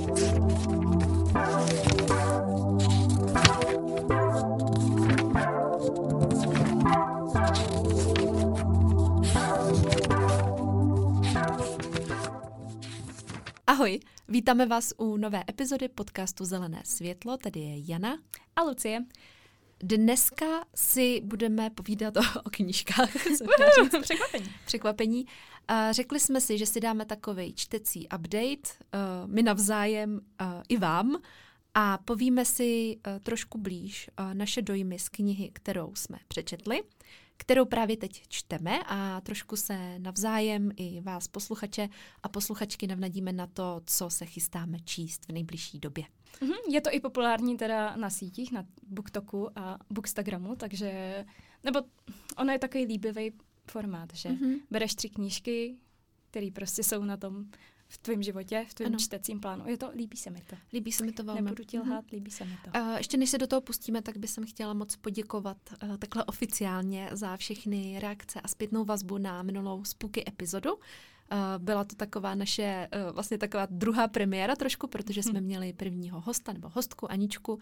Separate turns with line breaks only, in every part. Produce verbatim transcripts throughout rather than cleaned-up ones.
Ahoj, vítáme vás u nové epizody podcastu Zelené světlo, tady je Jana
a Lucie.
Dneska si budeme povídat o, o knížkách.
Překvapení.
Překvapení. Uh, řekli jsme si, že si dáme takovej čtecí update, uh, my navzájem uh, i vám, a povíme si uh, trošku blíž uh, naše dojmy z knihy, kterou jsme přečetli, kterou právě teď čteme, a trošku se navzájem i vás posluchače a posluchačky navnadíme na to, co se chystáme číst v nejbližší době.
Mm-hmm, je to i populární teda na sítích, na BookToku a Bookstagramu, takže, nebo ono je takový líbivý formát, že mm-hmm. bereš tři knížky, které prostě jsou na tom v tvém životě, v tvém čtecím plánu. Je to, líbí se mi to.
Líbí se mi to velmi.
Nebudu ti lhát, mm-hmm. líbí se mi to.
Uh, ještě než se do toho pustíme, tak bych chtěla moc poděkovat uh, takhle oficiálně za všechny reakce a zpětnou vazbu na minulou Spooky epizodu. Uh, byla to taková naše, uh, vlastně taková druhá premiéra trošku, protože jsme hmm. měli prvního hosta nebo hostku Aničku,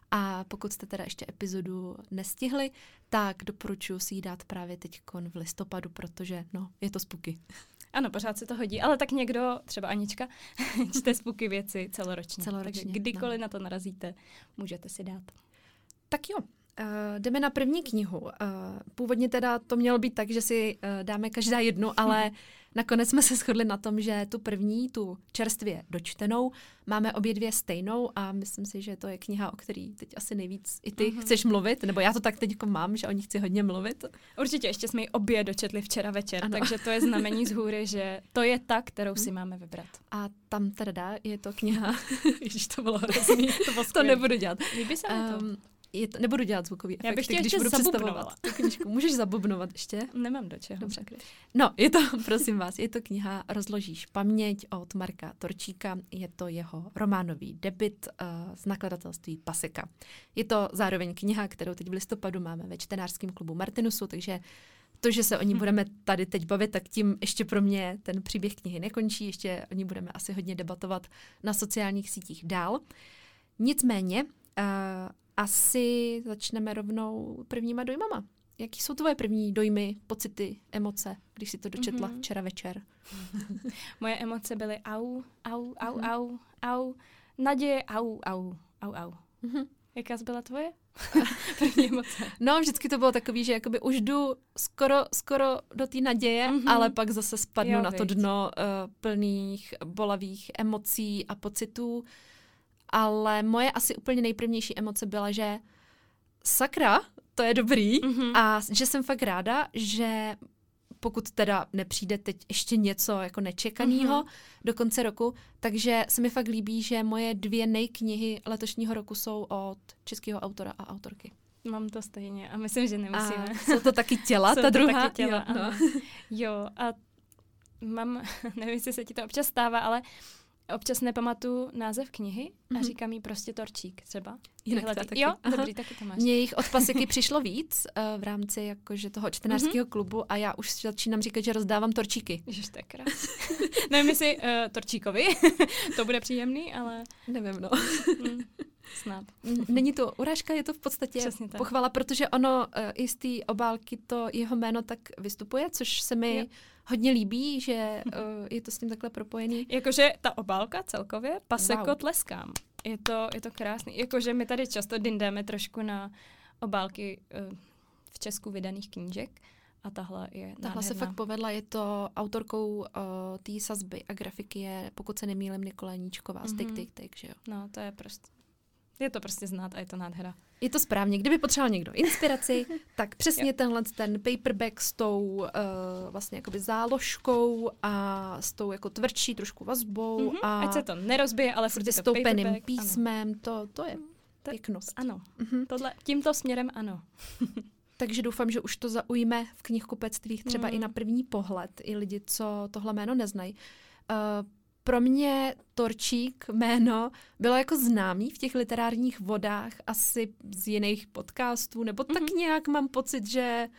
a pokud jste teda ještě epizodu nestihli, tak doporučuji si ji dát právě teďkon v listopadu, protože no, je to spooky.
Ano, pořád se to hodí, ale tak někdo, třeba Anička, čte spooky věci celoročně.
Celoročně.
Takže kdykoliv no. na to narazíte, můžete si dát.
Tak jo. Uh, jdeme na první knihu. Uh, původně teda to mělo být tak, že si uh, dáme každá jednu, ale nakonec jsme se shodli na tom, že tu první, tu čerstvě dočtenou, máme obě dvě stejnou, a myslím si, že to je kniha, o který teď asi nejvíc i ty uh-huh. chceš mluvit, nebo já to tak teď mám, že o ní chci hodně mluvit.
Určitě, ještě jsme ji obě dočetli včera večer, ano. takže to je znamení z hůry, že to je ta, kterou si máme vybrat.
A tam teda je to kniha, ježiš, to bylo hrozný, to, to nebudu dělat.
Líbí se mi to. Um,
Je to, nebudu dělat zvukový efekty,
Já bych tě
když
ještě
budu
zabubnovala.
představovat tu knížku. Můžeš zabubnovat ještě?
Nemám do čeho.
Dobře. No, je to, prosím vás, je to kniha Rozložíš paměť od Marka Torčíka. Je to jeho románový debut uh, z nakladatelství Paseka. Je to zároveň kniha, kterou teď v listopadu máme ve čtenářském klubu Martinusu, takže to, že se o ní budeme tady teď bavit, tak tím ještě pro mě ten příběh knihy nekončí. Ještě o ní budeme asi hodně debatovat na sociálních sítích dál. Nicméně, uh, asi začneme rovnou prvníma dojmama. Jaký jsou tvoje první dojmy, pocity, emoce, když jsi to dočetla mm-hmm. včera večer?
Moje emoce byly au, au, au, mm-hmm. au, au, naděje, au, au, au, au. Mm-hmm. Jaká byla tvoje první emoce?
No, vždycky to bylo takový, že jakoby už jdu skoro, skoro do té naděje, mm-hmm. ale pak zase spadnu jo, na to dno uh, plných bolavých emocí a pocitů. Ale moje asi úplně nejprvnější emoce byla, že sakra, to je dobrý, mm-hmm. a že jsem fakt ráda, že pokud teda nepřijde teď ještě něco jako nečekaného mm-hmm. do konce roku, takže se mi fakt líbí, že moje dvě nejknihy letošního roku jsou od českého autora a autorky.
Mám to stejně a myslím, že nemusíme.
A jsou to taky těla, ta druhá?
Taky těla,
jo,
no. jo, a mám, nevím, jestli se ti to občas stává, ale občas nepamatuju název knihy a mm-hmm. říkám jí prostě Torčík třeba.
Jinak taky.
Jo, aha. Dobrý, taky to máš.
Mně jich od Paseky přišlo víc uh, v rámci jakože toho čtenářského mm-hmm. klubu, a já už začínám říkat, že rozdávám torčíky.
Ježiš, to je krásný. Nevím, jestli uh, Torčíkovi, to bude příjemný, ale...
Nevím, no.
mm, snad.
Není to urážka, je to v podstatě pochvala, protože ono uh, i z té obálky to jeho jméno tak vystupuje, což se mi jo. hodně líbí, že uh, je to s tím takhle propojený.
Jakože ta obálka celkově, Paseko
wow.
tleskám. Je to, je to krásný. Jakože my tady často dindáme trošku na obálky uh, v Česku vydaných knížek, a tahle je nádherná.
Tahle se fakt povedla, je to autorkou uh, té sazby a grafiky je, pokud se nemýlím, Nikola Níčková mm-hmm. z Tik Tik Tik, že jo?
No, to je prostě, je to prostě znát a je to nádhera.
Je to správně. Kdyby potřeboval někdo inspiraci, tak přesně tenhle ten paperback s tou uh, vlastně jakoby záložkou a s tou jako tvrdší trošku vazbou.
Mm-hmm.
A
ať se to nerozbije, ale furt je to
stoupeným písmem, to, to je pěknost.
Ano, mm-hmm. Tohle, tímto směrem ano.
Takže doufám, že už to zaujme v knihkupectvích třeba mm. i na první pohled, i lidi, co tohle jméno neznají. Uh, pro mě Torčík jméno bylo jako známý v těch literárních vodách asi z jiných podcastů, nebo mm-hmm. tak nějak mám pocit, že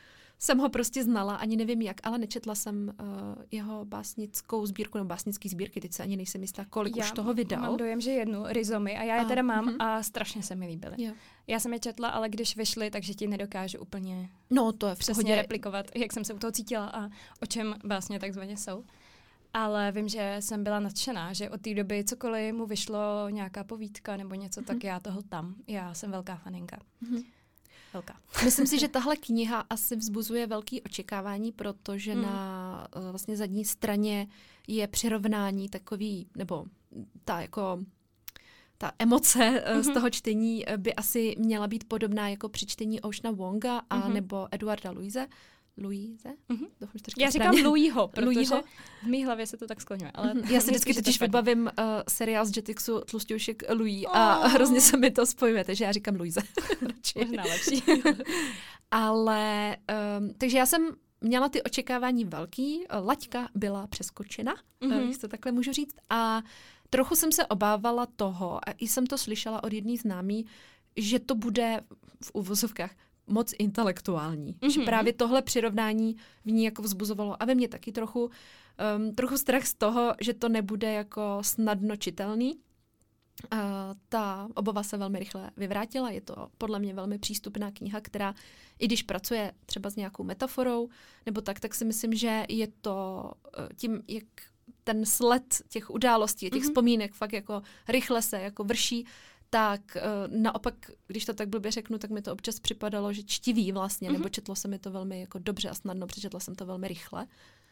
jsem ho prostě znala, ani nevím jak, ale nečetla jsem uh, jeho básnickou sbírku, nebo básnický sbírky, teď se ani nejsem jistá, kolik
já
už toho vydal.
Mám dojem, že jednu, Rizomy, a já je
a,
teda mám
uh-huh.
a strašně se mi líbily.
Jo.
Já jsem je četla, ale když vyšly, takže ti nedokážu úplně
no, to je v
přesně
pohodě.
replikovat, jak jsem se u toho cítila a o čem básně takzvaně jsou. Ale vím, že jsem byla nadšená, že od té doby cokoliv mu vyšlo, nějaká povídka nebo něco, uh-huh. tak já toho tam. Já jsem velká faninka. Uh-huh. Velká.
Myslím si, že tahle kniha asi vzbuzuje velké očekávání, protože hmm. na uh, vlastně zadní straně je přirovnání takový, nebo ta jako ta emoce uh, mm-hmm. z toho čtení by asi měla být podobná jako při čtení Oceana Wonga a mm-hmm. nebo Eduarda Louise. Louise?
Mm-hmm.
Doufám, že to
Já říkám
správně.
Louisho, protože
Louisho.
v mý hlavě se to tak skloňuje. Ale
mm-hmm. Já si vždycky totiž vybavím uh, seriál z Jetixu Tlustěušek Louis oh. a hrozně se mi to spojuje, takže já říkám Louise.
Možná lepší.
Ale, um, takže já jsem měla ty očekávání velký, laťka byla přeskočena, mm-hmm. jestli to takhle můžu říct, a trochu jsem se obávala toho, a i jsem to slyšela od jedné známý, že to bude v uvozovkách moc intelektuální. Mm-hmm. Že právě tohle přirovnání v ní jako vzbuzovalo a ve mně taky trochu, um, trochu strach z toho, že to nebude jako snadno čitelný. Uh, ta obava se velmi rychle vyvrátila. Je to podle mě velmi přístupná kniha, která, i když pracuje třeba s nějakou metaforou, nebo tak, tak si myslím, že je to uh, tím, jak ten sled těch událostí, těch mm-hmm. vzpomínek fakt jako rychle se jako vrší, tak uh, naopak, když to tak blbě řeknu, tak mi to občas připadalo, že čtivý vlastně, mm-hmm. nebo četlo se mi to velmi jako dobře a snadno, přečetla jsem to velmi rychle.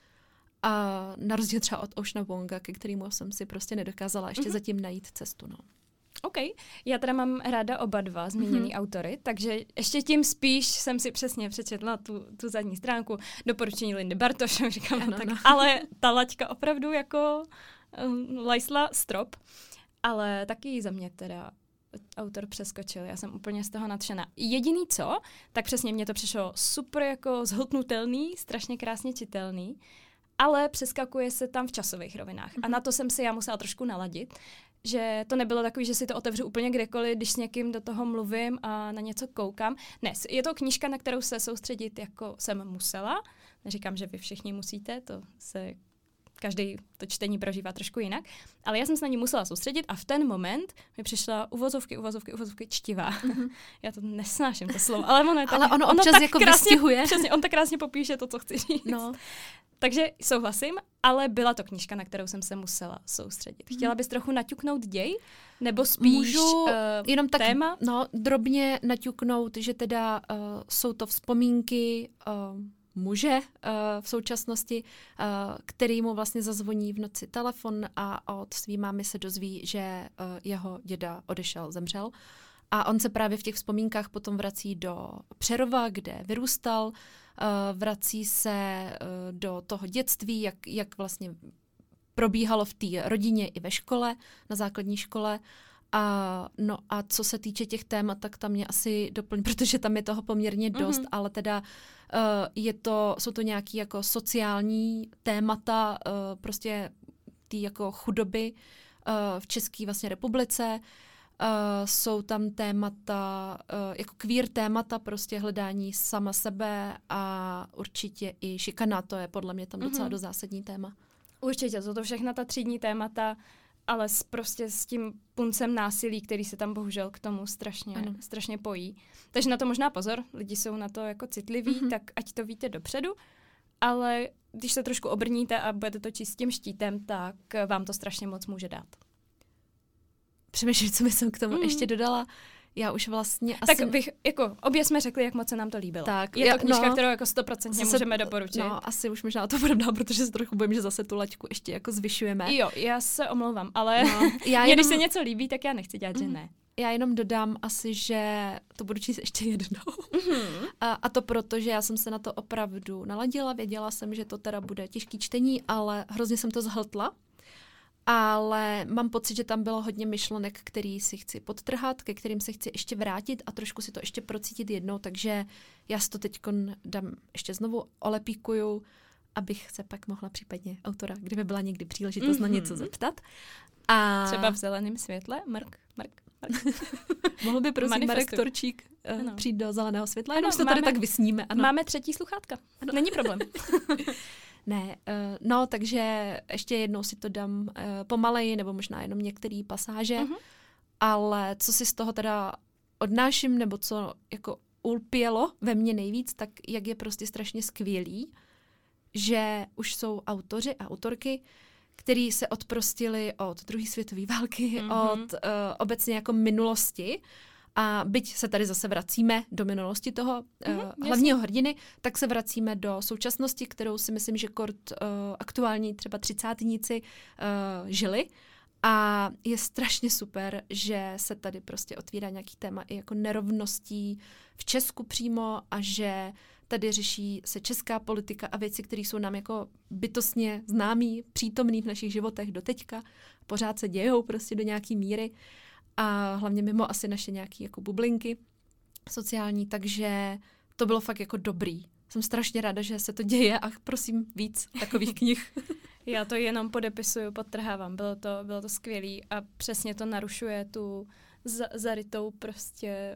A na rozdíl třeba od Oceana Wonga, ke kterému jsem si prostě nedokázala ještě mm-hmm. zatím najít cestu. No.
OK. Já teda mám ráda oba dva zmíněný mm-hmm. autory, takže ještě tím spíš jsem si přesně přečetla tu, tu zadní stránku, doporučení Lindy Bartoš, říkám ano, tak, no. Ale ta laťka opravdu jako um, lajsla strop, ale taky za mě teda autor přeskočil, já jsem úplně z toho nadšená. Jediný co, tak přesně mně to přišlo super jako zhltnutelný, strašně krásně čitelný, ale přeskakuje se tam v časových rovinách. Mm-hmm. A na to jsem si já musela trošku naladit, že to nebylo takový, že si to otevřu úplně kdekoliv, když s někým do toho mluvím a na něco koukám. Ne, je to knížka, na kterou se soustředit jako jsem musela. Neříkám, že vy všichni musíte, to se každý to čtení prožívá trošku jinak, ale já jsem se na ní musela soustředit a v ten moment mi přišla uvozovky, uvozovky, uvozovky čtivá. Mm-hmm. Já to nesnáším, to slovo, ale ono je tak,
ale ono občas
ono tak
jako
krásně,
vystihuje.
Přesně, on tak krásně popíše to, co chci říct. No. Takže souhlasím, ale byla to knížka, na kterou jsem se musela soustředit. Chtěla bys trochu naťuknout děj? Nebo spíš
Můžu
uh,
jenom tak
téma?
No, drobně naťuknout, že teda uh, jsou to vzpomínky uh, muže uh, v současnosti, uh, který mu vlastně zazvoní v noci telefon a od svý mámy se dozví, že uh, jeho děda odešel, zemřel. A on se právě v těch vzpomínkách potom vrací do Přerova, kde vyrůstal, uh, vrací se uh, do toho dětství, jak, jak vlastně probíhalo v té rodině i ve škole, na základní škole. A, no a co se týče těch témat, tak tam mě asi doplň, protože tam je toho poměrně dost, mm-hmm. ale teda uh, je to, jsou to nějaké jako sociální témata, uh, prostě ty jako chudoby uh, v České vlastně republice. Uh, jsou tam témata, uh, jako queer témata, prostě hledání sama sebe a určitě i šikana, to je podle mě tam docela mm-hmm. dost zásadní téma.
Určitě, to to všechna ta třídní témata, ale s, prostě s tím puncem násilí, který se tam bohužel k tomu strašně, strašně pojí. Takže na to možná pozor, lidi jsou na to jako citliví, mm-hmm. tak ať to víte dopředu, ale když se trošku obrníte a budete to číst s tím štítem, tak vám to strašně moc může dát.
Přemýšlím, co bych k tomu mm. ještě dodala. Já už vlastně
tak
asi...
bych, jako, obě jsme řekli, jak moc se nám to líbilo.
Tak,
je
já,
to knížka,
no,
kterou jako stoprocentně můžeme doporučit.
No, asi už možná to budeme dál, protože se trochu bojím, že zase tu laťku ještě jako zvyšujeme.
Jo, já se omlouvám, ale
no, já
mě,
jenom...
když se něco líbí, tak já nechci dělat, mm. že ne.
Já jenom dodám asi, že to budu číst ještě jednou. Mm-hmm. A, a to proto, že já jsem se na to opravdu naladila, věděla jsem, že to teda bude těžký čtení, ale hrozně jsem to zhltla. Ale mám pocit, že tam bylo hodně myšlenek, který si chci podtrhat, ke kterým se chci ještě vrátit a trošku si to ještě procítit jednou, takže já si to teď dám ještě znovu, olepíkuju, abych se pak mohla případně autora, kdyby byla někdy příležitost mm-hmm. na něco zeptat. A...
Třeba v zeleném světle, mrk, mrk.
Mohl by prosím
Manifestuj.
Marek Torčík uh, přijít do zeleného světla, jenom se tady
máme,
tak vysníme. Ano.
Máme třetí sluchátka, ano. Není problém.
Ne, uh, no, takže ještě jednou si to dám uh, pomaleji, nebo možná jenom některé pasáže, uh-huh. ale co si z toho teda odnáším, nebo co jako ulpělo ve mně nejvíc, tak jak je prostě strašně skvělý, že už jsou autoři a autorky, který se odprostili od druhé světové války, mm-hmm. od uh, obecně jako minulosti. A byť se tady zase vracíme do minulosti toho mm-hmm, uh, hlavního hrdiny, tak se vracíme do současnosti, kterou si myslím, že kort uh, aktuální třeba třicátníci uh, žili. A je strašně super, že se tady prostě otvírá nějaký téma i jako nerovností v Česku přímo a že tady řeší se česká politika a věci, které jsou nám jako bytostně známý, přítomný v našich životech doteďka. Pořád se dějou prostě do nějaký míry a hlavně mimo asi naše nějaké jako bublinky sociální, takže to bylo fakt jako dobrý. Jsem strašně ráda, že se to děje a prosím víc takových knih.
Já to jenom podepisuju, podtrhávám. Bylo to, bylo to skvělý a přesně to narušuje tu za, zarytou prostě,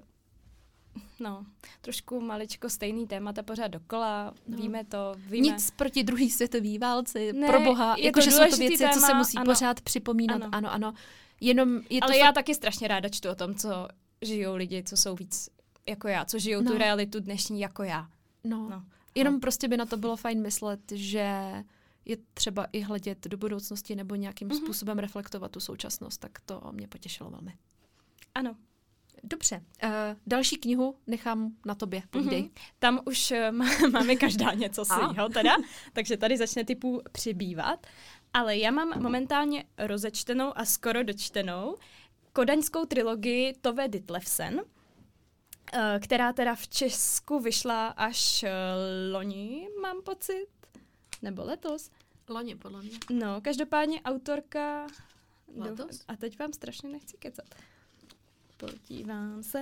no, trošku maličko stejný témata pořád dokola. No. Víme to, víme.
Nic proti druhé světové válce,
ne,
pro boha. Jakože jsou to věci, téma, co se musí
ano.
pořád připomínat. Ano, ano. ano.
Jenom je to Ale já fakt... taky strašně ráda čtu o tom, co žijou lidi, co jsou víc jako já, co žijou no. tu realitu dnešní jako já.
No. no. Jenom no. prostě by na to bylo fajn myslet, že je třeba i hledět do budoucnosti nebo nějakým mm-hmm. způsobem reflektovat tu současnost, tak to mě potěšilo velmi.
Ano.
Dobře. Uh, další knihu nechám na tobě, povídej.
Mm-hmm. Tam už uh, máme každá něco svýho teda, takže tady začne typů přibývat. Ale já mám momentálně rozečtenou a skoro dočtenou kodaňskou trilogii Tove Ditlevsen, uh, která teda v Česku vyšla až uh, loni, mám pocit. Nebo letos.
Loni, podle mě.
No, každopádně autorka...
Letos?
A teď vám strašně nechci kecat. Podívám se.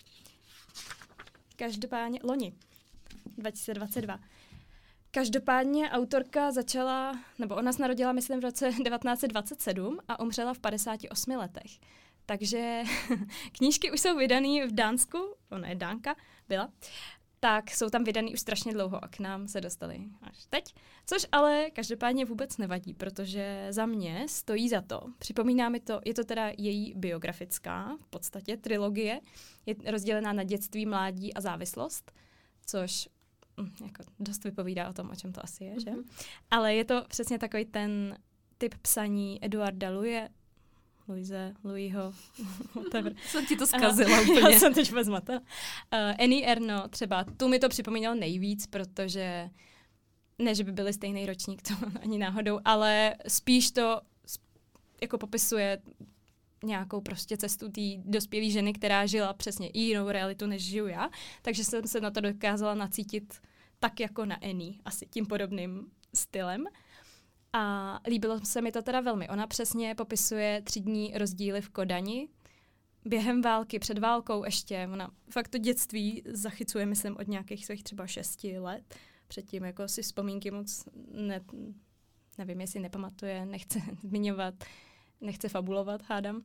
Každopádně... Loni. dva tisíce dvacet dva. Každopádně autorka začala... Nebo ona se narodila, myslím, v roce devatenáct set dvacet sedm a umřela v padesáti osmi letech. Takže knížky už jsou vydaný v Dánsku. Ona je Dánka, byla. Tak jsou tam vydaný už strašně dlouho a k nám se dostali až teď. Což ale každopádně vůbec nevadí, protože za mě stojí za to. Připomíná mi to, je to teda její biografická v podstatě trilogie, je rozdělená na dětství, mládí a závislost, což jako dost vypovídá o tom, o čem to asi je, že? Mm-hmm. Ale je to přesně takový ten typ psaní Eduarda Louise, Louise, Louisho, whatever.
Jsem ti to zkazila uh, úplně.
Já jsem teď vezmata. Uh, Annie Ernaux třeba, tu mi to připomínalo nejvíc, protože ne, že by byly stejný ročník, to ani náhodou, ale spíš to jako popisuje nějakou prostě cestu té dospělé ženy, která žila přesně i jinou realitu, než žiju já. Takže jsem se na to dokázala nacítit tak jako na Annie, asi tím podobným stylem. A líbilo se mi to teda velmi. Ona přesně popisuje třídní rozdíly v Kodani. Během války, před válkou ještě. Ona fakt to dětství zachycuje, myslím, od nějakých svých třeba šesti let. Předtím jako si vzpomínky moc ne, nevím, jestli nepamatuje, nechce zmiňovat, nechce fabulovat, hádám.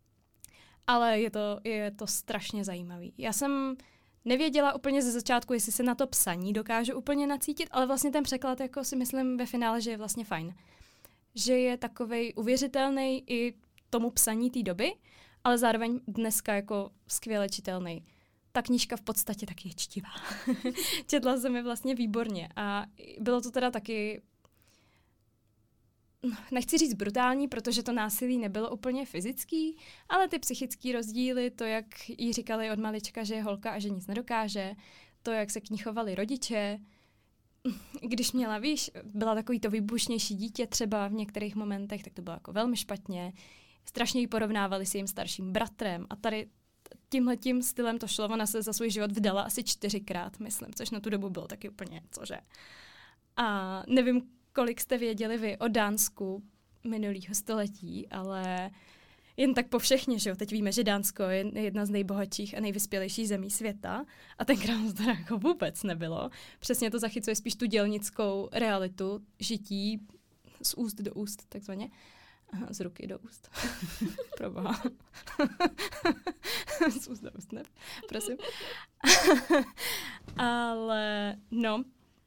Ale je to, je to strašně zajímavý. Já jsem nevěděla úplně ze začátku, jestli se na to psaní dokážu úplně nacítit, ale vlastně ten překlad jako si myslím ve finále, že je vlastně fajn. Že je takovej uvěřitelný i tomu psaní té doby, ale zároveň dneska jako skvěle čitelný. Ta knížka v podstatě taky je čtivá. Četla jsem je vlastně výborně a bylo to teda taky, nechci říct brutální, protože to násilí nebylo úplně fyzický, ale ty psychické rozdíly, to, jak jí říkali od malička, že je holka a že nic nedokáže, to, jak se k ní chovali rodiče, když měla, víš, byla takový to výbušnější dítě třeba v některých momentech, tak to bylo jako velmi špatně. Strašně ji porovnávali s jejím starším bratrem a tady tímhletím stylem to šlo. Ona se za svůj život vdala asi čtyřikrát, myslím, což na tu dobu bylo taky úplně, cože. A nevím, kolik jste věděli vy o Dánsku minulého století, ale jen tak povšechně, že jo. Teď víme, že Dánsko je jedna z nejbohatších a nejvyspělejších zemí světa a tenkrát to jako vůbec nebylo. Přesně to zachycuje spíš tu dělnickou realitu žití z úst do úst, takzvaně. Aha, z ruky do úst. Proboha. prosím. Ale no,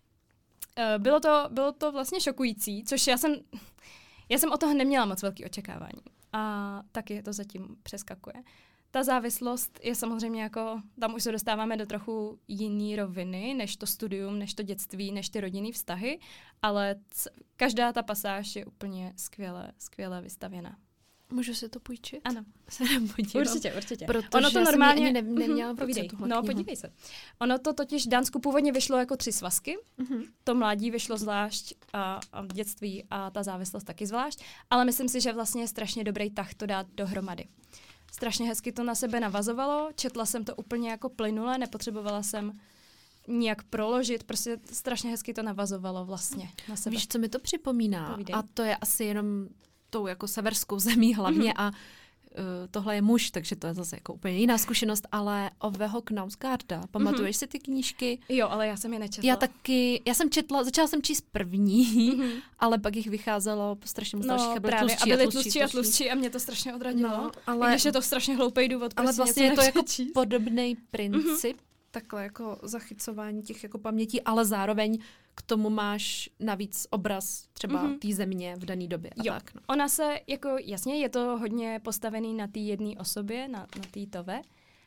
bylo to, bylo to vlastně šokující, což já jsem, já jsem od toho neměla moc velký očekávání. A taky to zatím přeskakuje. Ta závislost je samozřejmě jako, tam už se dostáváme do trochu jiný roviny, než to studium, než to dětství, než ty rodinný vztahy, ale c- každá ta pasáž je úplně skvěle, skvěle vystavěna.
Můžu si to půjčit?
Ano.
Se nepodívám.
Určitě, určitě.
Protože
ono to
já
normálně
jsem ne, neměla v ruce tuhle
No,
knihu.
podívej se. Ono to totiž v Dánsku původně vyšlo jako tři svazky.
Mm-hmm.
To mládí vyšlo zvlášť a, a dětství a ta závislost taky zvlášť. Ale myslím si, že vlastně je strašně dobrý tah to dát dohromady. Strašně hezky to na sebe navazovalo. Četla jsem to úplně jako plynule, nepotřebovala jsem nijak proložit, prostě strašně hezky to navazovalo vlastně na sebe.
Víš, co mi to připomíná?
Povídej.
A to je asi jenom tou jako severskou zemí hlavně mm-hmm. a uh, tohle je muž, takže to je zase jako úplně jiná zkušenost, ale Oveho Knausgaarda. Pamatuješ mm-hmm. si ty knížky?
Jo, ale já jsem je nečetla.
Já taky, já jsem četla, začala jsem číst první, mm-hmm. ale pak jich vycházelo strašně moc
no,
dalších.
Právě,
tlustší
a byly
tlustší,
tlustší a tlustší a mě to strašně odradilo.
No, ale,
I když je to strašně hloupej důvod,
ale
prostě
vlastně je to jako
číst.
podobný princip, mm-hmm. takhle jako zachycování těch jako pamětí, ale zároveň k tomu máš navíc obraz třeba mm-hmm. té země v dané době. A
jo,
tak, no.
Ona se, jako jasně, je to hodně postavený na té jedné osobě, na, na té Tove,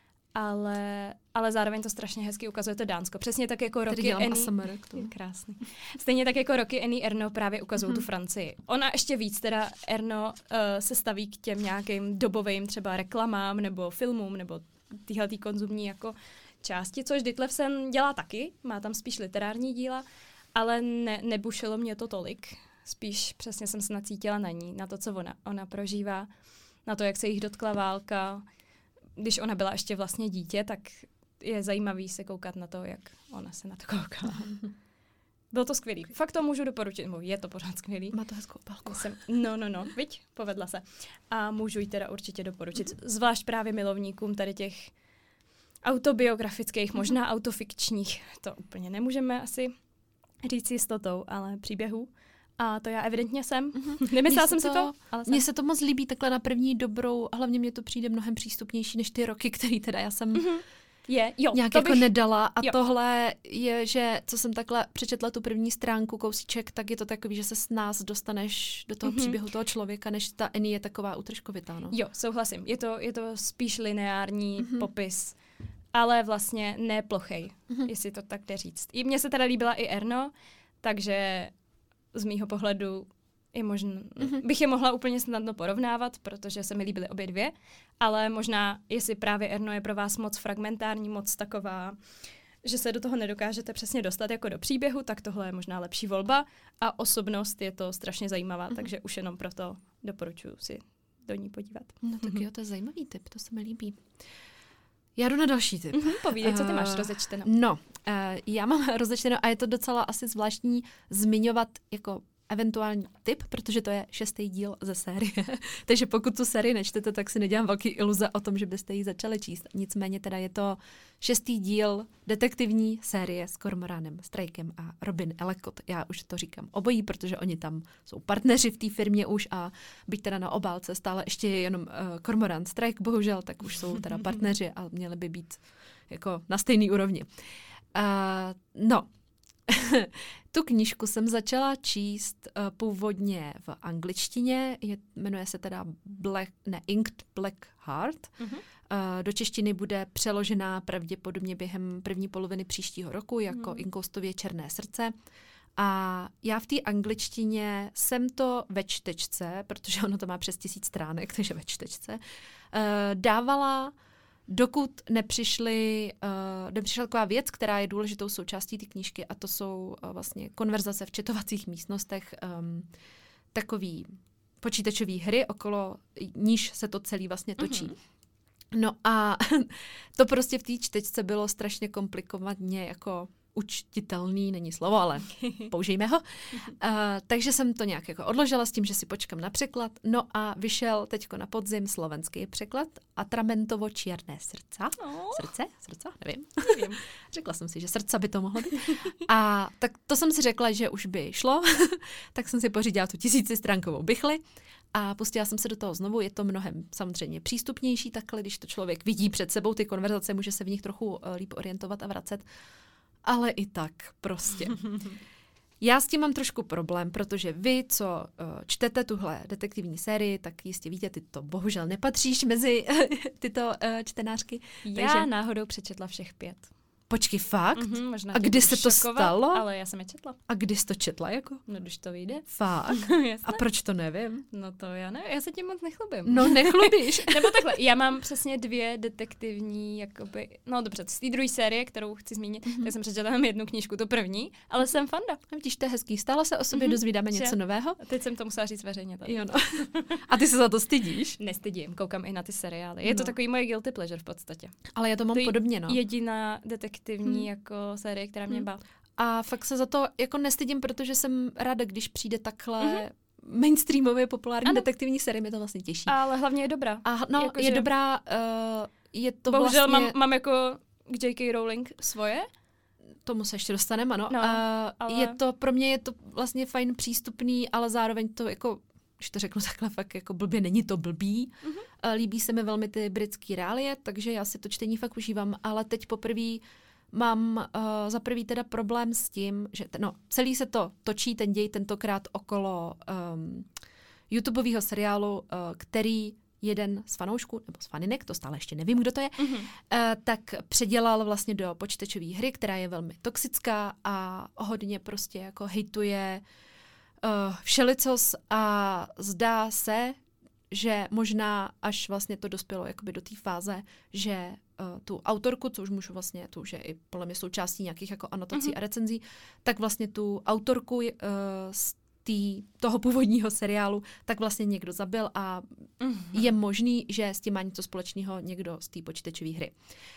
ale, ale zároveň to strašně hezky ukazuje to Dánsko. Přesně tak jako Rocky Annie. Krásný. Stejně tak jako Rocky Annie Erno právě ukazují mm-hmm. tu Francii. Ona ještě víc, teda Erno uh, se staví k těm nějakým dobovým třeba reklamám nebo filmům nebo týhletý konzumní jako části, což Ditlevsen dělá taky, má tam spíš literární díla, ale ne, nebušilo mě to tolik. Spíš přesně jsem se nacítila na ní, na to, co ona, ona prožívá, na to, jak se jich dotkla válka. Když ona byla ještě vlastně dítě, tak je zajímavý se koukat na to, jak ona se na to koukala. Bylo to skvělý. Fakt to můžu doporučit, nebo je to pořád skvělý.
Má to hezkou opálku.
Jsem, no, no, no, viď? Povedla se. A můžu ji teda určitě doporučit. Zvlášť právě milovníkům tady těch autobiografických, možná autofikčních, to úplně nemůžeme asi říct jistotou, ale příběhů. A to já evidentně jsem. Mm-hmm. Nemyslela jsem to, si to, ale jsem.
Mně se to moc líbí takhle na první dobrou, a hlavně mě to přijde mnohem přístupnější než ty roky, který teda já jsem
mm-hmm. je, jo,
nějak
to
jako
bych...
nedala. A
jo.
tohle je, že co jsem takhle přečetla tu první stránku, kousíček, tak je to takový, že se s nás dostaneš do toho mm-hmm. příběhu toho člověka, než ta Annie je taková utržkovitá. No.
Jo, souhlasím. Je to, je to spíš lineární mm-hmm. popis, ale vlastně neplochej, mm-hmm. jestli to tak jde říct. I mně se teda líbila i Erno, takže z mýho pohledu je možná, mm-hmm. bych je mohla úplně snadno porovnávat, protože se mi líbily obě dvě, ale možná, jestli právě Erno je pro vás moc fragmentární, moc taková, že se do toho nedokážete přesně dostat jako do příběhu, tak tohle je možná lepší volba a osobnost je to strašně zajímavá, mm-hmm. takže už jenom proto doporučuji si do ní podívat.
No tak jo, to je zajímavý tip, to se mi líbí. Já jdu na další tip.
Mm-hmm, povídej, co ty máš rozečteno.
No, uh, já mám rozečteno a je to docela asi zvláštní zmiňovat jako eventuální tip, protože to je šestý díl ze série. Takže pokud tu sérii nečtete, tak si nedělám velký iluze o tom, že byste ji začali číst. Nicméně teda je to šestý díl detektivní série s Cormoranem Strajkem a Robin Ellacott. Já už to říkám obojí, protože oni tam jsou partneři v té firmě už a byť teda na obálce stále ještě je jenom uh, Cormoran Strike, bohužel, tak už jsou teda partneři a měli by být jako na stejný úrovni. Uh, no, tu knížku jsem začala číst uh, původně v angličtině, je, jmenuje se teda Black, ne, Inked Black Heart. Uh-huh. Uh, do češtiny bude přeložená pravděpodobně během první poloviny příštího roku jako uh-huh. Inkoustově Černé srdce. A já v té angličtině jsem to ve čtečce, protože ono to má přes tisíc stránek, takže ve čtečce, uh, dávala dokud nepřišly, uh, nepřišla taková věc, která je důležitou součástí té knížky, a to jsou uh, vlastně konverzace v četovacích místnostech, um, takový počítačový hry, okolo níž se to celý vlastně točí. Uh-huh. No a to prostě v té čtečce bylo strašně komplikovaně jako učtitelný není slovo, ale použijme ho. Uh, takže jsem to nějak jako odložila s tím, že si počkám na překlad. No a vyšel teďko na podzim slovenský překlad Atramentovo čierne srdca. Oh. Srdce? Srdca? Nevím. Nevím. Řekla jsem si, že srdca by to mohlo být. A tak to jsem si řekla, že už by šlo. Tak jsem si pořídila tu tisícistránkovou bichli a pustila jsem se do toho znovu. Je to mnohem samozřejmě přístupnější takhle, když to člověk vidí před sebou, ty konverzace, může se v nich trochu uh, líp orientovat a vracet. Ale i tak prostě. Já s tím mám trošku problém, protože vy, co uh, čtete tuhle detektivní sérii, tak jistě víte, ty to bohužel nepatříš mezi tyto uh, čtenářky.
Já
takže...
náhodou přečetla všech pět.
Počkej, fakt?
Mm-hmm, možná
a kdy se to
šokovat,
stalo?
Ale já jsem je četla.
A kdy jsi to četla jako?
No, když to vyjde.
Fakt? A proč to nevím?
No to já nevím, já se tím moc nechlubím.
No nechlubíš.
Nebo takhle, já mám přesně dvě detektivní, jakoby, no dobře, z té druhé série, kterou chci zmínit, mm-hmm. tak jsem přečetla jenom jednu knížku, tu první, ale jsem fanda.
Vidíš, to je hezký, stále se o sobě mm-hmm. dozvídáme něco že? nového.
A teď jsem to musela říct veřejně tady.
Jo no. A ty se za to stydíš?
Nestydím, koukám i na ty seriály. Je
no.
to takový moje guilty pleasure v podstatě.
Ale já to mám
to
podobně, no.
Jediná detektivní hmm. jako série, která mě
hmm.
baví.
A fakt se za to jako nestydím, protože jsem ráda, když přijde takhle mm-hmm. mainstreamově populární ano. detektivní série, mě to vlastně těší.
Ale hlavně je dobrá.
A no, jako, je že... dobrá, uh, je to
bohužel
vlastně...
mám, mám jako k J K. Rowling svoje.
Tomu se ještě dostaneme, ano.
No,
uh,
ale...
Je to, pro mě je to vlastně fajn přístupný, ale zároveň to jako, když to řeknu takhle fakt jako blbě, není to blbý. Mm-hmm. Uh, líbí se mi velmi ty britský reálie, takže já si to čtení fakt užívám, ale teď poprvé mám uh, za prvý teda problém s tím, že ten, no, celý se to točí, ten děj tentokrát okolo um, YouTubeového seriálu, uh, který jeden z fanoušků, nebo z faninek, to stále ještě nevím, kdo to je, mm-hmm. uh, tak předělal vlastně do počítačové hry, která je velmi toxická a hodně prostě jako hejtuje uh, všelicos a zdá se, že možná až vlastně to dospělo jakoby do té fáze, že uh, tu autorku, co už můžu vlastně, to už je i podle mě součástí nějakých jako anotací mm-hmm. a recenzí, tak vlastně tu autorku uh, z tý, toho původního seriálu, tak vlastně někdo zabil a mm-hmm. je možný, že s tím má něco společného někdo z té počítačové hry.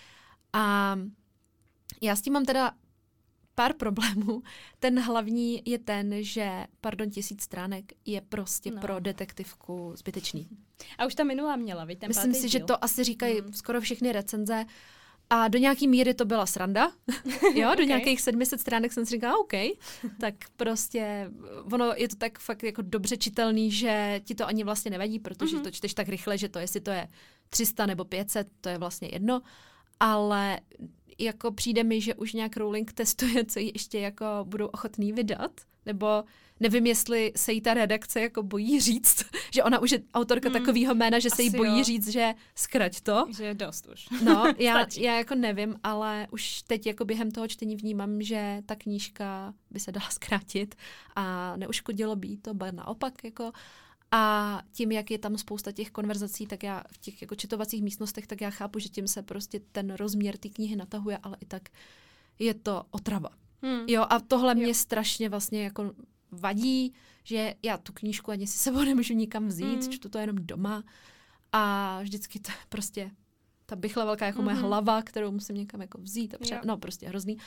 A já s tím mám teda pár problémů. Ten hlavní je ten, že, pardon, tisíc stránek je prostě no. pro detektivku zbytečný.
A už ta minulá měla, víš, ten
Myslím si, díl. Že to asi říkají mm. skoro všechny recenze. A do nějaký míry to byla sranda. Jo, do okay. nějakých sedm set stránek jsem si říkala, OK, tak prostě ono je to tak fakt jako dobře čitelný, že ti to ani vlastně nevadí, protože mm-hmm. to čteš tak rychle, že to, jestli to je tři sta nebo pět set, to je vlastně jedno. Ale jako přijde mi, že už nějak Rowling testuje, co jí ještě jako budou ochotný vydat, nebo nevím, jestli se jí ta redakce jako bojí říct, že ona už je autorka mm, takového jména, že se jí bojí jo. říct, že zkrať to.
Že je dost už.
No, já, já jako nevím, ale už teď jako během toho čtení vnímám, že ta knížka by se dala zkrátit a neuškodilo by jí to, ba naopak jako. A tím, jak je tam spousta těch konverzací, tak já v těch jako četovacích místnostech, tak já chápu, že tím se prostě ten rozměr té knihy natahuje, ale i tak je to otrava. Hmm. Jo, a tohle jo. mě strašně vlastně jako vadí, že já tu knížku ani si sebou nemůžu nikam vzít, hmm. čtu to jenom doma a vždycky to je prostě ta bychla velká jako mm-hmm. moje hlava, kterou musím někam jako vzít a pře- no prostě hrozný.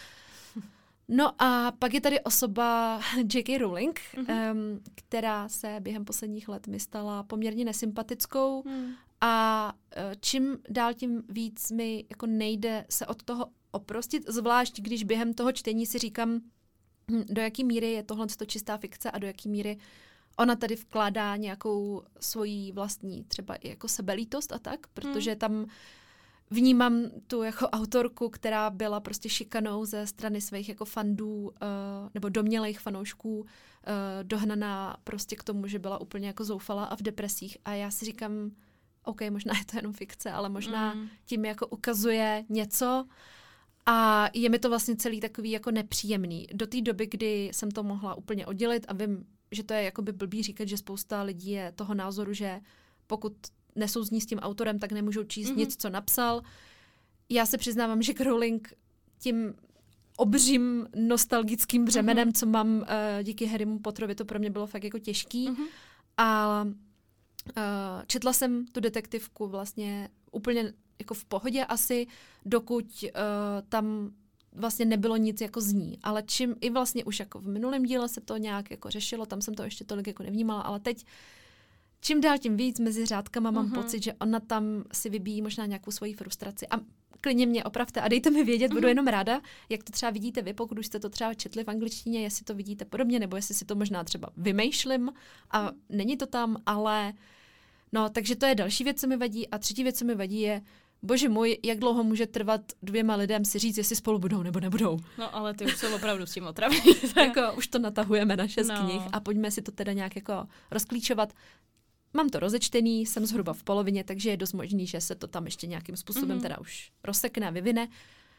No a pak je tady osoba J K. Rowling, mm-hmm. um, která se během posledních let mi stala poměrně nesympatickou mm. a uh, čím dál tím víc mi jako nejde se od toho oprostit, zvlášť když během toho čtení si říkám, hm, do jaký míry je tohle čistá fikce a do jaký míry ona tady vkládá nějakou svoji vlastní třeba i jako sebelítost a tak, protože mm. tam vnímám tu jako autorku, která byla prostě šikanou ze strany svých jako fandů uh, nebo domnělejch fanoušků uh, dohnaná prostě k tomu, že byla úplně jako zoufalá a v depresích a já si říkám, OK, možná je to jenom fikce, ale možná mm. tím jako ukazuje něco a je mi to vlastně celý takový jako nepříjemný. Do té doby, kdy jsem to mohla úplně oddělit a vím, že to je jakoby blbý říkat, že spousta lidí je toho názoru, že pokud nesouzní s tím autorem, tak nemůžou číst mm-hmm. nic, co napsal. Já se přiznávám, že Rowling tím obřím nostalgickým břemenem, mm-hmm. co mám uh, díky Harrymu Potterovi, to pro mě bylo fakt jako těžký. Mm-hmm. A uh, četla jsem tu detektivku vlastně úplně jako v pohodě asi, dokud uh, tam vlastně nebylo nic jako z ní, ale čím i vlastně už jako v minulém díle se to nějak jako řešilo, tam jsem to ještě tolik jako nevnímala, ale teď čím dál tím víc mezi řádkama mám uh-huh. pocit, že ona tam si vybíjí možná nějakou svoji frustraci a klidně mě opravte a dejte mi vědět, budu uh-huh. jenom ráda, jak to třeba vidíte vy, pokud už jste to třeba četli v angličtině, jestli to vidíte podobně, nebo jestli si to možná třeba vymýšlím a není to tam, ale no, takže to je další věc, co mi vadí a třetí věc, co mi vadí je, bože můj, jak dlouho může trvat dvěma lidem si říct, jestli spolu budou nebo nebudou.
No ale ty už jsou opravdu s tím otravní.
Jako už to natahujeme na šest
no.
knih a pojďme si to teda nějak jako rozklíčovat. Mám to rozečtený, jsem zhruba v polovině, takže je dost možný, že se to tam ještě nějakým způsobem mm-hmm. teda už rozsekne a vyvine.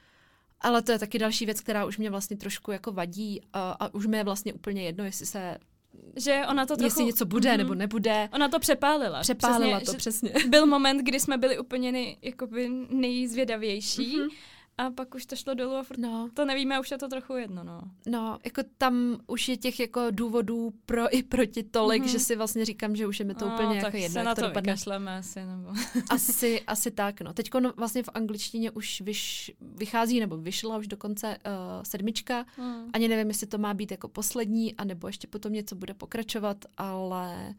Ale to je taky další věc, která už mě vlastně trošku jako vadí a, a už mi je vlastně úplně jedno, jestli se
že ona to trochu...
Jestli něco bude, mm-hmm. nebo nebude.
Ona to přepálila.
Přepálila
přesně,
to, přesně.
Byl moment, kdy jsme byli úplně nej, jakoby nejzvědavější mm-hmm. a pak už to šlo dolů a furt no. to nevíme a už je to trochu jedno, no.
No, jako tam už je těch jako důvodů pro i proti tolik, mm-hmm. že si vlastně říkám, že už je mi to
no,
úplně jako
tak
jedno,
se
jak
na
to
to
dopadne.
vykašleme asi, nebo...
asi, asi tak, no. Teďko no, vlastně v angličtině už vyš, vychází, nebo vyšla už dokonce uh, sedmička. Mm. Ani nevím, jestli to má být jako poslední, anebo ještě potom něco bude pokračovat, ale...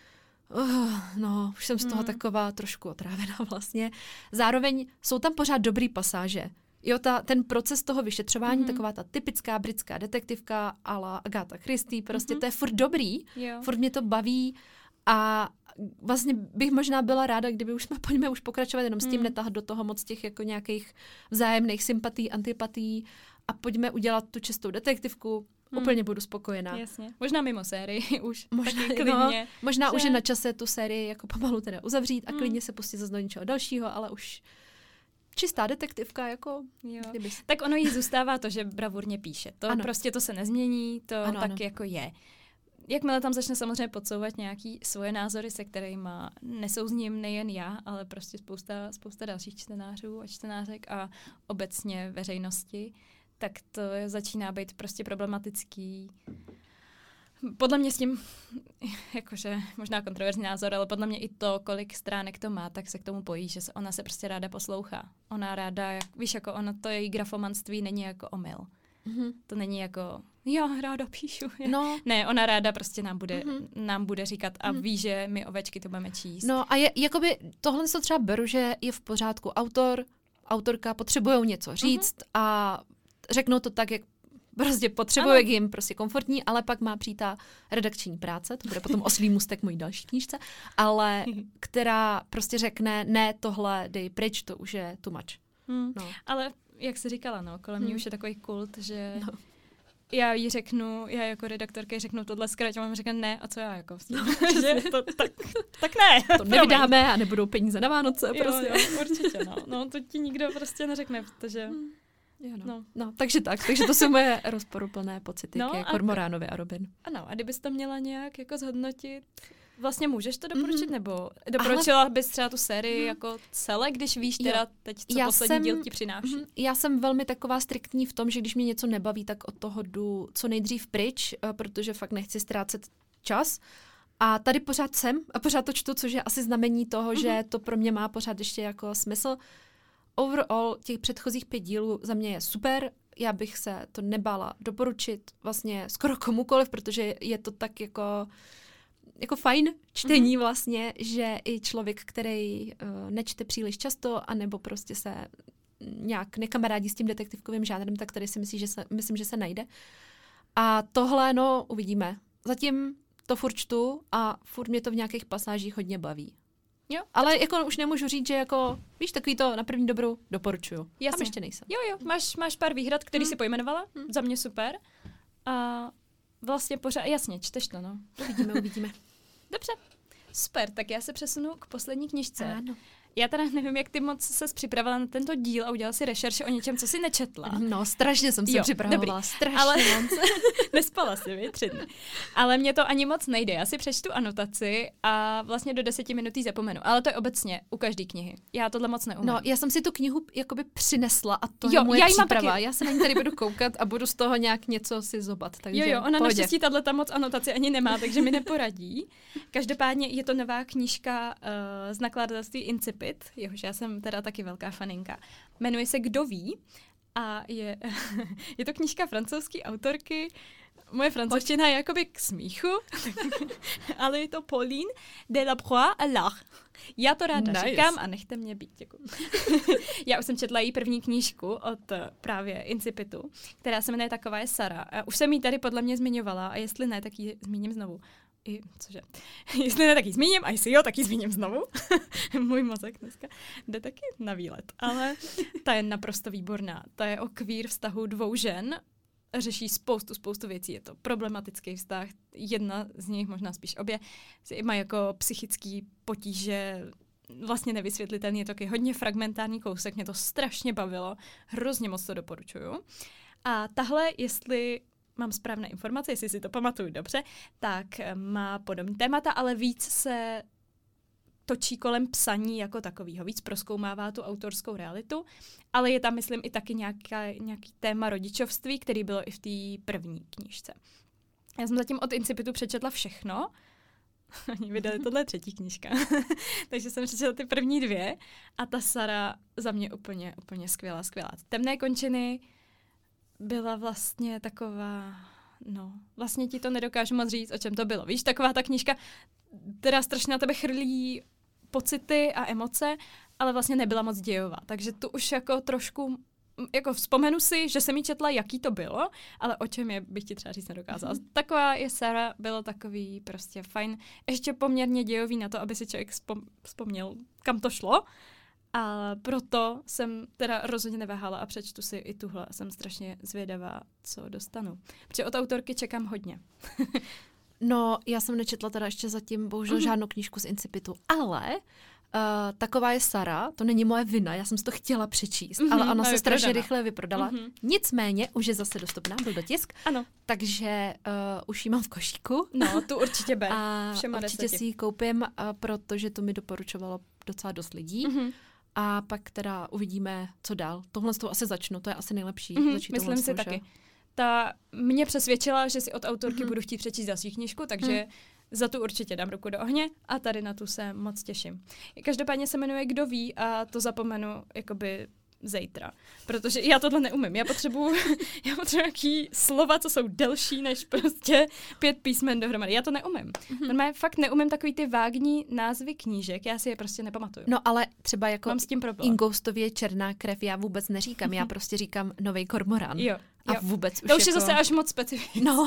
Uh, no, už jsem z toho mm. taková trošku otrávená vlastně. Zároveň jsou tam pořád dobrý pasáže. Jo, ta, ten proces toho vyšetřování, mm-hmm. taková ta typická britská detektivka a la Agatha Christie, prostě mm-hmm. to je furt dobrý, jo. Furt mě to baví a vlastně bych možná byla ráda, kdyby už jsme, pojďme už pokračovat, jenom s tím mm. netahat do toho moc těch jako nějakých vzájemných sympatí, antipatí a pojďme udělat tu čistou detektivku. Hmm. Úplně budu spokojená.
Jasně. Možná mimo sérii už.
Možná,
taky klidně.
No, možná
že...
už je na čase tu sérii jako pomalu teda uzavřít a hmm. klidně se pustit zase do něčeho dalšího, ale už čistá detektivka, jako...
Jo. Tak ono jí zůstává to, že bravurně píše. To ano. prostě to se nezmění, to ano, tak ano. jako je. Jakmile tam začne samozřejmě podsouvat nějaký svoje názory, se kterými nesouzním nejen já, ale prostě spousta, spousta dalších čtenářů a čtenářek a obecně veřejnosti, tak to začíná být prostě problematický. Podle mě s tím, jakože možná kontroverzní názor, ale podle mě i to, kolik stránek to má, tak se k tomu pojí, že se, ona se prostě ráda poslouchá. Ona ráda, jak, víš, jako ona, to její grafomanství není jako omyl. Mm-hmm. To není jako, já ráda píšu. No. Ne, ona ráda prostě nám bude, mm-hmm. nám bude říkat a mm-hmm. ví, že my ovečky to budeme číst.
No a je, jakoby tohle to třeba beru, že je v pořádku. Autor, autorka potřebujou něco říct mm-hmm. a řeknou to tak, jak prostě potřebuje, jak jim prostě komfortní, ale pak má přijít ta redakční práce, to bude potom oslý můstek mojí další knížce, ale která prostě řekne, ne, tohle dej pryč, to už je too much.
Hmm. No. Ale jak jsi říkala, no, kolem hmm. mě už je takový kult, že no. já jí řeknu, já jako redaktorka řeknu tohle zkrátě, a mám řekne ne, a co já jako no, že to, tak, tak ne.
To nevydáme a nebudou peníze na Vánoce.
Jo,
prostě.
Jo, určitě, no. no. To ti nikdo prostě neřekne, protože... Hmm.
Jo, no. No. no, takže tak, takže to jsou moje rozporuplné pocity no, ke Kormoránovi a Robin.
Ano, a kdybys to měla nějak jako zhodnotit, vlastně můžeš to doporučit, mm-hmm. nebo doporučila Ale... bys třeba tu sérii mm-hmm. jako celé, když víš teda jo. teď, co já poslední jsem, díl ti přináší? Mm-hmm.
Já jsem velmi taková striktní v tom, že když mě něco nebaví, tak od toho jdu co nejdřív pryč, protože fakt nechci ztrácet čas. A tady pořád jsem a pořád to čtu, což je asi znamení toho, mm-hmm. že to pro mě má pořád ještě jako smysl. Overall těch předchozích pět dílů za mě je super, já bych se to nebála doporučit vlastně skoro komukoliv, protože je to tak jako, jako fajn čtení mm-hmm. vlastně, že i člověk, který uh, nečte příliš často, anebo prostě se nějak nekamarádí s tím detektivkovým žánrem, tak tady si myslí, že se, myslím, že se najde. A tohle, no, uvidíme. Zatím to furt čtu a furt mě to v nějakých pasážích hodně baví. Jo, ale jako už nemůžu říct, že jako, víš, takový to na první dobrou doporučuju.
Jasně.
Tam ještě nejsem.
Jo, jo, máš, máš pár výhrad, který hmm. si pojmenovala, hmm. za mě super. A vlastně pořád, jasně, čteš to, no.
Uvidíme, uvidíme.
Dobře, super, tak já se přesunu k poslední knižce.
Ano.
Já teda nevím, jak ty moc ses připravila na tento díl a udělala si rešerše o něčem, co si nečetla.
No, strašně jsem se jo, připravovala, dobrý. strašně
ale
moc.
Nespala si, vy, tři dny. Ale mě to ani moc nejde. Já si přečtu anotaci a vlastně do deseti minut jí zapomenu. Ale to je obecně u každé knihy. Já tohle moc neumím.
No, já jsem si tu knihu jakoby přinesla a to jo, je moje já příprava. Taky... Já se na ní tady budu koukat a budu z toho nějak něco si zobat. Takže
jo, jo, ona naštěstí tato moc anotaci ani nemá, takže mi neporadí. Každopádně je to nová knížka uh, z nakladatelství Incipit, jehož já jsem teda taky velká faninka. Jmenuje se Kdo ví A je, je to knížka francouzské autorky. Moje francouzština je jakoby k smíchu, ale je to Pauline Delacroix a Lach. Já to ráda nice. říkám a nechte mě být. Děkuji. Já už jsem četla její první knížku od právě Incipitu, která se jmenuje Taková je Sara. A už jsem ji tady podle mě zmiňovala a jestli ne, tak ji zmíním znovu. I, cože? Jestli ne, tak ji zmíním a jestli jo, tak ji zmíním znovu. Můj mozek dneska jde taky na výlet. Ale ta je naprosto výborná. Ta je o queer vztahu dvou žen. Řeší spoustu, spoustu věcí. Je to problematický vztah. Jedna z nich, možná spíš obě, má jako psychický potíže, vlastně nevysvětlitelný. Je to taky hodně fragmentární kousek. Mě to strašně bavilo. Hrozně moc to doporučuju. A tahle, jestli mám správné informace, jestli si to pamatuju dobře, tak má podobný témata, ale víc se točí kolem psaní jako takového. Víc prozkoumává tu autorskou realitu, ale je tam, myslím, i taky nějaká, nějaký téma rodičovství, který bylo i v té první knížce. Já jsem zatím od Incipitu přečetla všechno. Oni vydali tohle třetí knížka. Takže jsem přečetla ty první dvě a ta Sara za mě úplně, úplně skvělá, skvělá. Temné končiny byla vlastně taková, no, vlastně ti to nedokážu moc říct, o čem to bylo. Víš, taková ta knížka, která strašně na tebe chrlí pocity a emoce, ale vlastně nebyla moc dějová. Takže tu už jako trošku, jako vzpomenu si, že jsem jí četla, jaký to bylo, ale o čem je, bych ti třeba říct nedokázala. Mm-hmm. Taková je Sara, bylo takový prostě fajn, ještě poměrně dějový na to, aby si člověk vzpom- vzpomněl, kam to šlo. A proto jsem teda rozhodně neváhala a přečtu si i tuhle. Jsem strašně zvědavá, co dostanu. Protože od autorky čekám hodně.
No, já jsem nečetla teda ještě zatím bohužel mm-hmm. žádnou knížku z Incipitu, ale uh, Taková je Sara, to není moje vina, já jsem si to chtěla přečíst, mm-hmm, ale ona se strašně rychle vyprodala. Mm-hmm. Nicméně, už je zase dostupná, byl dotisk,
ano.
Takže uh, už ji mám v košíku.
No, tu určitě ber.
A určitě si ji koupím, uh, protože to mi doporučovalo docela dost lidí. Mm-hmm. A pak teda uvidíme, co dál. Tohle s tou asi začnu, to je asi nejlepší.
Mm-hmm, myslím si taky. Ta mě přesvědčila, že si od autorky mm-hmm. budu chtít přečíst další knížku, takže mm. za tu určitě dám ruku do ohně a tady na tu se moc těším. Každopádně se jmenuje Kdo ví a to zapomenu jakoby zítra, protože já tohle neumím. Já potřebuji já potřebuji nějaký slova, co jsou delší než prostě pět písmen dohromady. Já to neumím. Mm-hmm. Normálně fakt neumím takový ty vágní názvy knížek, já si je prostě nepamatuju.
No ale třeba jako
mám s tím problém.
Ingoustově Černá krev já vůbec neříkám, mm-hmm. já prostě říkám Novej kormorán.
Jo.
A
jo.
vůbec
to
už
už
jako...
je zase až moc specifické.
No.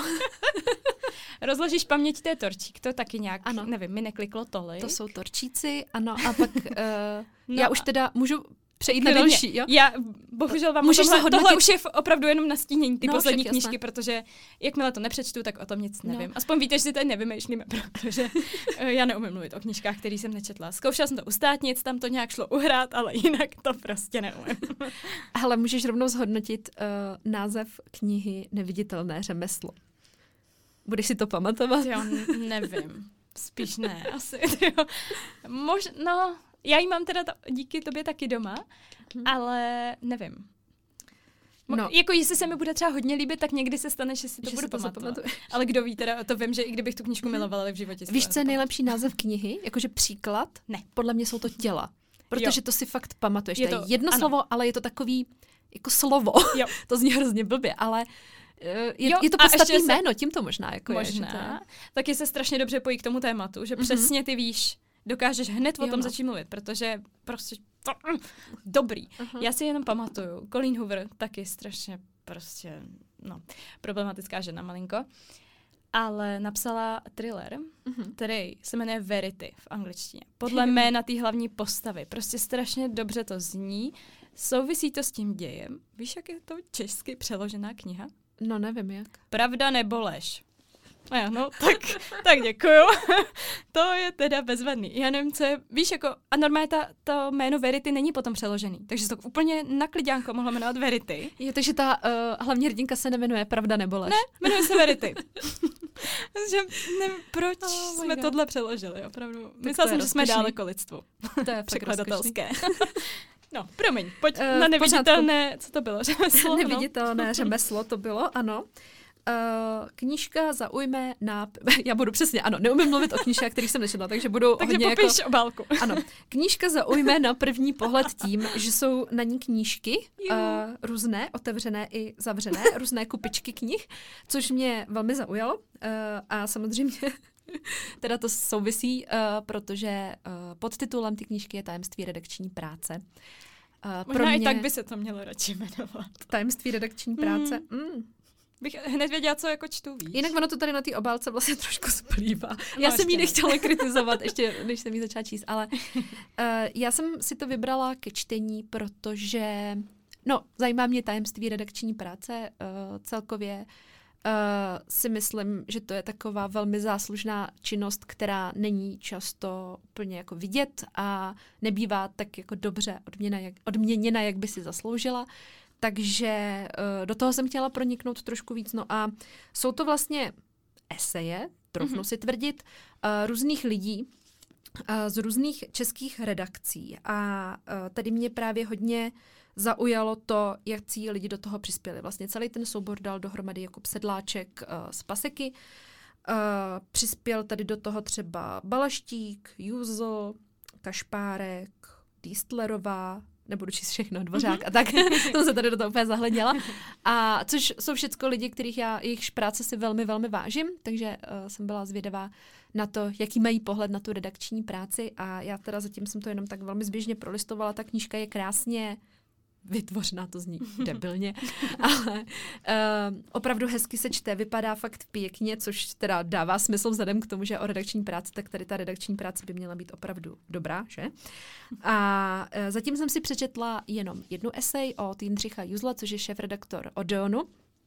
Rozložíš paměť, to je torčík, to taky nějak,
ano.
nevím, mi nekliklo tolik.
To jsou torčíci, ano, a pak uh,
no
já už teda můžu přejít na další, jo?
Já bohužel vám
Můžeš
tohle,
zahodnotit...
tohle už je opravdu jenom nastínění ty
no,
poslední
však,
knížky,
jasné.
protože jakmile to nepřečtu, tak o tom nic nevím.
No.
Aspoň víte, že si tady nevymýšlíme, protože já neumím mluvit o knížkách, které jsem nečetla. Zkoušela jsem to ustátnit, tam to nějak šlo uhrát, ale jinak to prostě neumím.
Hele, můžeš rovnou zhodnotit uh, název knihy Neviditelné řemeslo. Budeš si to pamatovat?
Jo, nevím. Spíš ne, asi. Jo. Mož, no, já ji mám teda to, díky tobě taky doma, hmm. ale nevím. Mo- no. Jako jestli se mi bude třeba hodně líbit, tak někdy se stane, že si to že budu pamatovat. Ale kdo ví, teda to vím, že i kdybych tu knížku milovala, ale v životě.
Víš, co je nejlepší název knihy? Jakože příklad?
Ne.
Podle mě jsou to těla. Protože jo. to si fakt pamatuješ. Je to, to je jedno
ano.
slovo, ale je to takový jako slovo. Jo. To zní hrozně blbě, ale je,
jo,
je to podstatný
se...
jméno, tím to možná. Jako
možná.
Je, je...
Taky se strašně dobře pojí k tomu tématu, že mm-hmm. přesně ty víš, dokážeš hned o jo, tom no. začít mluvit, protože prostě to, mm, dobrý. Uh-huh. Já si jenom pamatuju, Colleen Hoover taky strašně prostě, no, problematická žena malinko, ale napsala thriller, uh-huh. který se jmenuje Verity v angličtině. Podle jména té hlavní postavy. Prostě strašně dobře to zní, souvisí to s tím dějem. Víš, jak je to česky přeložená kniha?
No, nevím jak.
Pravda nebo lež. A jo, no, tak, tak děkuju. To je teda bezvadný. Já nevím, co je, víš, jako, a normálně ta, to jméno Verity není potom přeložený, takže to úplně na klidňánko mohlo jmenovat Verity.
Je, takže ta uh, hlavní hrdinka se nemenuje Pravda nebo lež.
Ne, jmenuje se Verity. že nevím, proč oh jsme God. tohle přeložili, opravdu. Myslela jsem, že jsme dále lidstvu. To je překladatelské. No, promiň, pojď uh, na neviditelné, co to bylo, řemeslo.
Neviditelné řemeslo to bylo, ano. Uh, knížka zaujme na... Já budu přesně, ano, neumím mluvit o knížkách, kterých jsem nečetla, takže budu
takže
hodně
popiš
jako...
obálku.
Ano, knížka zaujme na první pohled tím, že jsou na ní knížky, uh, různé, otevřené i zavřené, různé kupičky knih, což mě velmi zaujalo. Uh, a samozřejmě teda to souvisí, uh, protože uh, podtitulem ty knížky je Tajemství redakční práce. Uh,
Možná
pro mě...
i tak by se to mělo radši jmenovat.
Tajemství redakční práce. Mm. Mm.
Bych hned věděla, co jako čtu, víš.
Jinak ono to tady na té obálce vlastně trošku splývá. Já no, jsem ji nechtěla kritizovat, ještě než jsem ji začala číst, ale uh, já jsem si to vybrala ke čtení, protože no, zajímá mě tajemství redakční práce uh, celkově. Uh, si myslím, že to je taková velmi záslužná činnost, která není často úplně jako vidět a nebývá tak jako dobře odměna, jak, odměněna, jak by si zasloužila. Takže uh, do toho jsem chtěla proniknout trošku víc. No a jsou to vlastně eseje, troufnu mm-hmm. si tvrdit, uh, různých lidí uh, z různých českých redakcí. A uh, tady mě právě hodně zaujalo to, jak cí lidi do toho přispěli. Vlastně celý ten soubor dal dohromady Jakub Sedláček uh, z Paseky. Uh, přispěl tady do toho třeba Balaštík, Juzl, Kašpárek, Dýstlerová, nebudu číst všechno, Dvořák mm-hmm. a tak. Jsem se tady do toho úplně zahleděla. A což jsou všechno lidi, kterých já, jejichž práce si velmi, velmi vážím, takže uh, jsem byla zvědavá na to, jaký mají pohled na tu redakční práci a já teda zatím jsem to jenom tak velmi zběžně prolistovala. Ta knížka je krásně vytvořená, to zní debilně, ale uh, opravdu hezky se čte, vypadá fakt pěkně, což teda dává smysl vzhledem k tomu, že o redakční práci, tak tady ta redakční práce by měla být opravdu dobrá, že? A uh, zatím jsem si přečetla jenom jednu esej od Jindřicha Juzla, což je šéfredaktor Odeonu.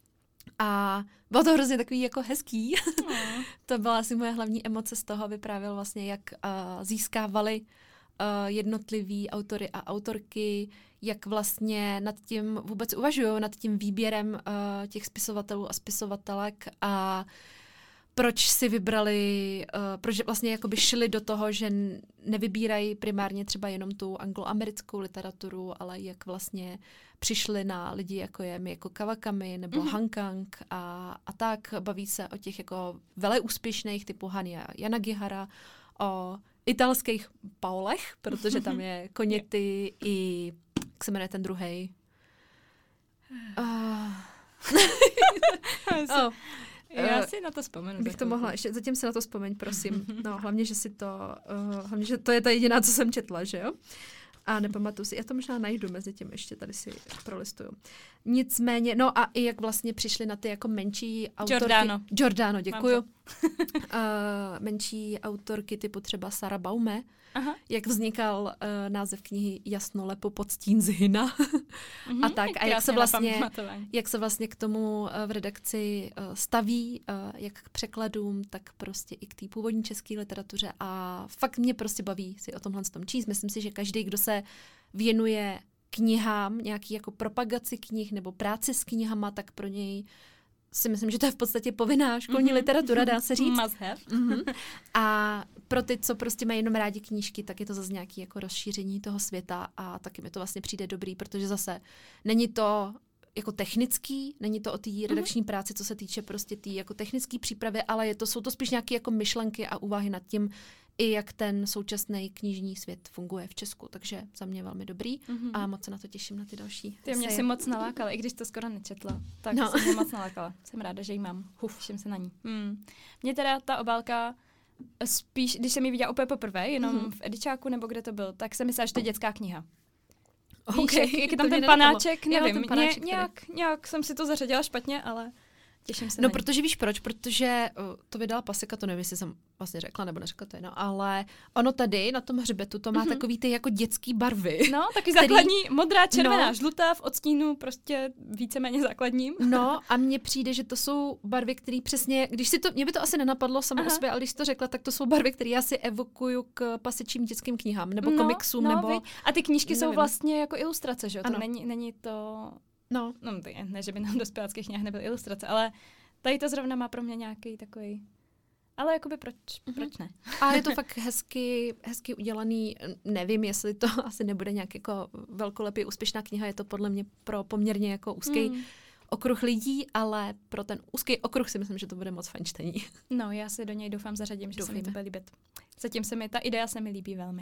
A bylo to hrozně takový jako hezký. Mm. To byla asi moje hlavní emoce z toho, vyprávěl vlastně, jak uh, získávali uh, jednotliví autory a autorky, jak vlastně nad tím vůbec uvažují, nad tím výběrem uh, těch spisovatelů a spisovatelek a proč si vybrali, uh, proč vlastně jakoby šli do toho, že nevybírají primárně třeba jenom tu angloamerickou literaturu, ale jak vlastně přišli na lidi, jako je Mieko Kawakami nebo mm-hmm. Han Kang a, a tak. Baví se o těch jako veleúspěšných typu Hania Yanagihara, o italských Paolech, protože tam je Koněty i, jak se jmenuje ten druhej? Uh.
oh. Já si na to vzpomenu.
Bych to mohla, ještě zatím si na to vzpomeň, prosím. No, hlavně, že si to, uh, hlavně, že to je ta jediná, co jsem četla, že jo? A nepamatuju si, já to možná najdu mezi tím, ještě tady si prolistuju. Nicméně, no a i jak vlastně přišli na ty jako menší autorky.
Giordano.
Giordano, děkuju. uh, menší autorky typu třeba Sara Baume. Aha. Jak vznikal uh, název knihy Jasno, lepo, pod stín zhyna. mm-hmm, a tak. A jak se, vlastně, jak se vlastně k tomu uh, v redakci uh, staví, uh, jak k překladům, tak prostě i k té původní české literatuře. A fakt mě prostě baví si o tomhle tom číst. Myslím si, že každý, kdo se věnuje knihám, nějaký jako propagaci knih nebo práci s knihama, tak pro něj si myslím, že to je v podstatě povinná školní mm-hmm. literatura, dá se říct.
Must have.
Mm-hmm. A pro ty, co prostě mají jenom rádi knížky, tak je to zase nějaké jako rozšíření toho světa a taky mi to vlastně přijde dobrý, protože zase není to jako technický, není to o té redakční mm-hmm. práci, co se týče prostě té jako technické přípravy, ale je to, jsou to spíš nějaké jako myšlenky a úvahy nad tím, i jak ten současný knižní svět funguje v Česku. Takže za mě velmi dobrý mm-hmm. a moc se na to těším, na ty další.
Ty mě si moc nalákala, i když to skoro nečetla, tak no. jsem mě moc nalákala. Jsem ráda, že ji mám. Huf, těším se na ní. Hmm. Mně teda ta obálka spíš, když jsem ji viděla úplně poprvé, jenom mm-hmm. v Edičáku nebo kde to byl, tak jsem myslela, že to je dětská kniha.
Okay.
Víš, jak, jak je tam ten panáček, nevím, ten panáček, ně, nějak, nějak jsem si to zařadila špatně, ale těším se
No,
na
protože víš proč, protože uh, to vydala Paseka, to nevím, jestli jsem vlastně řekla nebo neřekla, to je no, ale ono tady na tom hřbetu to má mm-hmm. takový ty jako dětský barvy.
No, taky který... základní, modrá, červená, no. žlutá v odstínu, prostě víceméně základním.
No a mně přijde, že to jsou barvy, které přesně, když si to, mě by to asi nenapadlo samo o sobě, ale když jsi to řekla, tak to jsou barvy, které já si evokuju k pasečím dětským knihám, nebo
no,
komiksům,
no,
nebo...
Vy. A ty knížky
nevím.
jsou vlastně jako ilustrace, že jo? To není, není to...
No.
No, ne, že by nám dospěláckých knihách nebyly ilustrace, ale tady to zrovna má pro mě nějaký takový. Ale jakoby proč, mm-hmm. proč ne?
A je to fakt hezky, hezky udělaný, nevím, jestli to asi nebude nějak jako velkolepě úspěšná kniha, je to podle mě pro poměrně jako úzký, mm. okruh lidí, ale pro ten úzký okruh si myslím, že to bude moc fajn čtení.
No, já si do něj doufám zařadím, že
Doufejme.
se mi to bude líbit. Zatím se mi, ta idea se mi líbí velmi.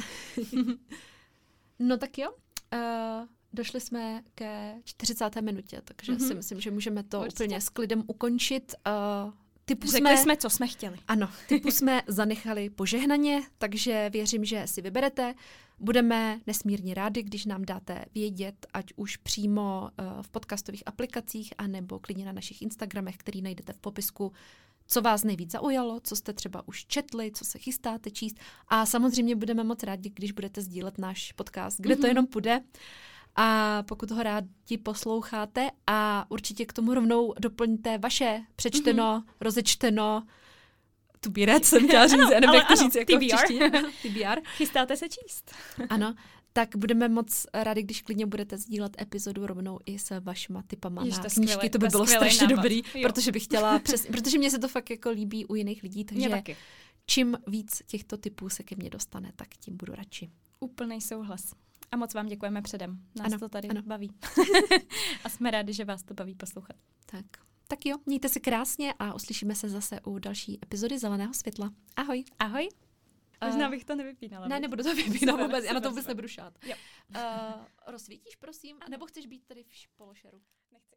No tak jo, uh, došli jsme ke čtyřicáté minutě, takže mm-hmm. si myslím, že můžeme to
Určitě.
úplně s klidem ukončit. Uh, typu
Řekli jsme, jsme, co jsme chtěli.
Ano, typu jsme zanechali požehnaně, takže věřím, že si vyberete. Budeme nesmírně rádi, když nám dáte vědět, ať už přímo uh, v podcastových aplikacích, anebo klidně na našich Instagramech, který najdete v popisku, co vás nejvíc zaujalo, co jste třeba už četli, co se chystáte číst. A samozřejmě budeme moc rádi, když budete sdílet náš podcast, kde mm-hmm. to jenom půjde. A pokud ho rádi posloucháte a určitě k tomu rovnou doplňte vaše přečteno, mm-hmm. rozečteno, to be read, jsem chtěla říct, já nevím, jak to říct, jako
T B R.
v češtině. T B R.
Chystáte se číst.
Ano, tak budeme moc rádi, když klidně budete sdílet epizodu rovnou i s vašima tipama
Jež,
na
to
knížky,
skvělej,
to by
to
bylo
skvělej
strašně
nápad.
dobrý,
Jo.
protože bych chtěla přesně, protože mně se to fakt jako líbí u jiných lidí,
Mě
takže
taky.
čím víc těchto typů se ke mně dostane, tak tím budu radši.
Úplný souhlas. A moc vám děkujeme předem. Nás
Ano,
to tady
ano.
baví. A jsme rádi, že vás to baví poslouchat.
Tak. Tak jo, mějte se krásně a uslyšíme se zase u další epizody Zeleného světla. Ahoj.
Ahoj.
Uh,
Možná bych to nevypínala.
Ne,
víc.
nebudu to vypínat
Super,
vůbec, já na to
super,
vůbec
super.
nebudu šát.
Jo.
Uh, rozsvítíš, prosím? Nebo chceš být tady v pološeru?
Nechci.